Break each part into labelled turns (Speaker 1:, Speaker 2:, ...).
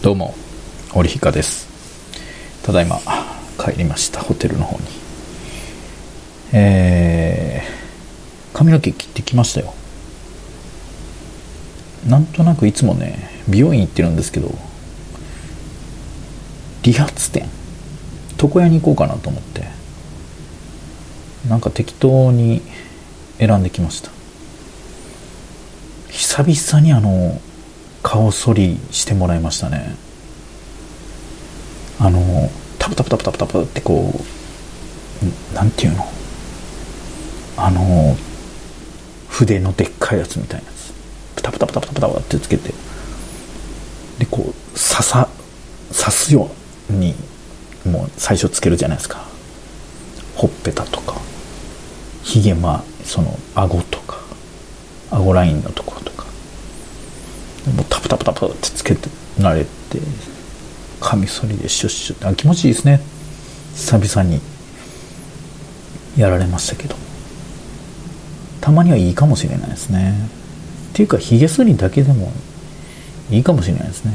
Speaker 1: どうも、織彦です。ただいま帰りました、ホテルの方に。髪の毛切ってきましたよ。なんとなくいつもね、美容院行ってるんですけど、理髪店、床屋に行こうかなと思って、なんか適当に選んできました。久々に顔剃りしてもらいましたね。タプタプタプタプタプってこう、なんていうの、筆のでっかいやつみたいなやつ、プタプタプタプタプタってつけて、でこう刺すようにもう最初つけるじゃないですか。ほっぺたとかひげ、その顎とか顎ラインのところとか、もうタプタプタプってつけて慣れて、カミソリでシュッシュって、気持ちいいですね。久々にやられましたけど、たまにはいいかもしれないですね。っていうかひげ剃りだけでもいいかもしれないですね。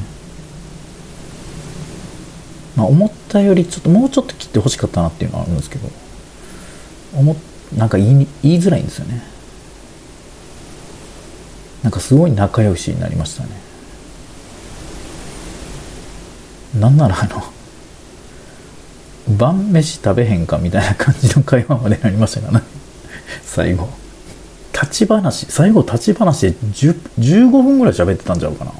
Speaker 1: 思ったよりもうちょっと切ってほしかったなっていうのはあるんですけど、なんか言いづらいんですよね。なんかすごい仲良しになりましたね。なんなら晩飯食べへんかみたいな感じの会話までなりましたからね。最後立ち話で15分ぐらい喋ってたんちゃうかな。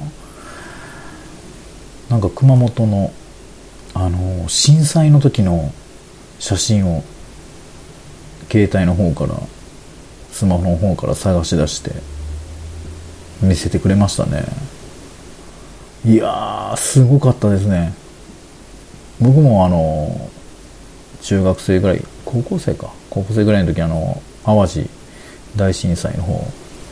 Speaker 1: なんか熊本の震災の時の写真を携帯の方からスマホの方から探し出して見せてくれましたね。いやー、すごかったですね。僕も中学生ぐらい、高校生ぐらいの時淡路大震災の方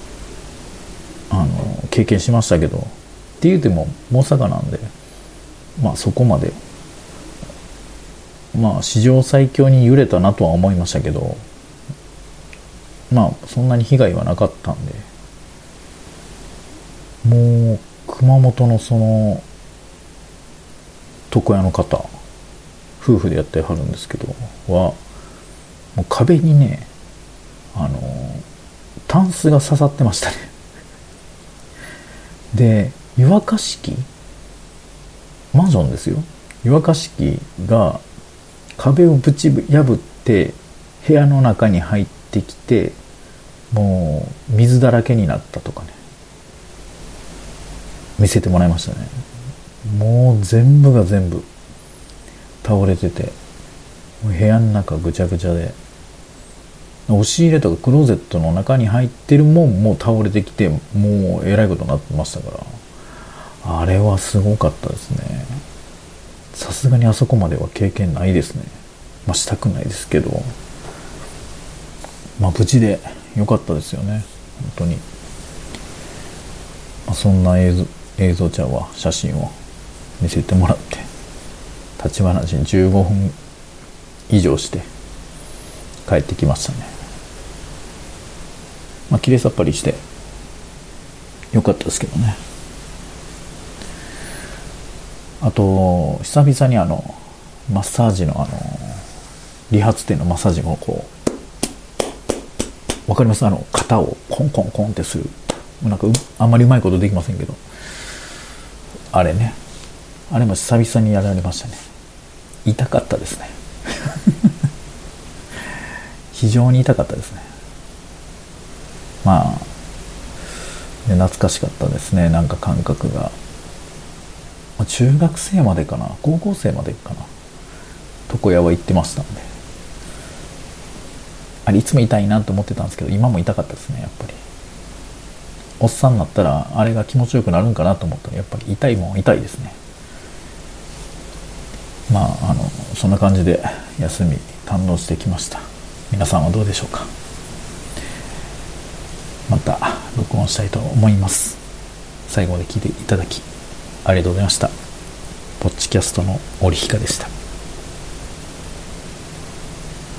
Speaker 1: 経験しましたけど、って言うても大阪なんで、そこまで史上最強に揺れたなとは思いましたけど、そんなに被害はなかったんで、もう熊本のその床屋の方、夫婦でやってはるんですけどは、もう壁にね、タンスが刺さってましたね。で、湯沸かし器、マンションですよ。湯沸かし器が壁をぶち破って部屋の中に入ってきて、もう水だらけになったとかね、見せてもらいましたね。もう全部が全部倒れてて、部屋の中ぐちゃぐちゃで、押し入れとかクローゼットの中に入ってるもんも倒れてきて、もうえらいことになってましたから、あれはすごかったですね。さすがにあそこまでは経験ないですね。したくないですけど、無事でよかったですよね、本当に。そんな映像ちゃんは写真を見せてもらって、立ち話に15分以上して帰ってきましたね。きれいさっぱりしてよかったですけどね。あと久々にマッサージの理髪店のマッサージもわかります？肩をコンコンコンってする、なんかあんまりうまいことできませんけど、あれも久々にやられましたね。痛かったですね。非常に痛かったですね。懐かしかったですね。なんか感覚が、中学生までかな、高校生までかな、床屋は行ってましたんで、あれいつも痛いなと思ってたんですけど、今も痛かったですね。やっぱりおっさんになったらあれが気持ちよくなるんかなと思ったら、やっぱり痛いもん痛いですね。そんな感じで休み堪能してきました。皆さんはどうでしょうか。また録音したいと思います。最後まで聞いていただきありがとうございました。ポッチキャストの織彦でした。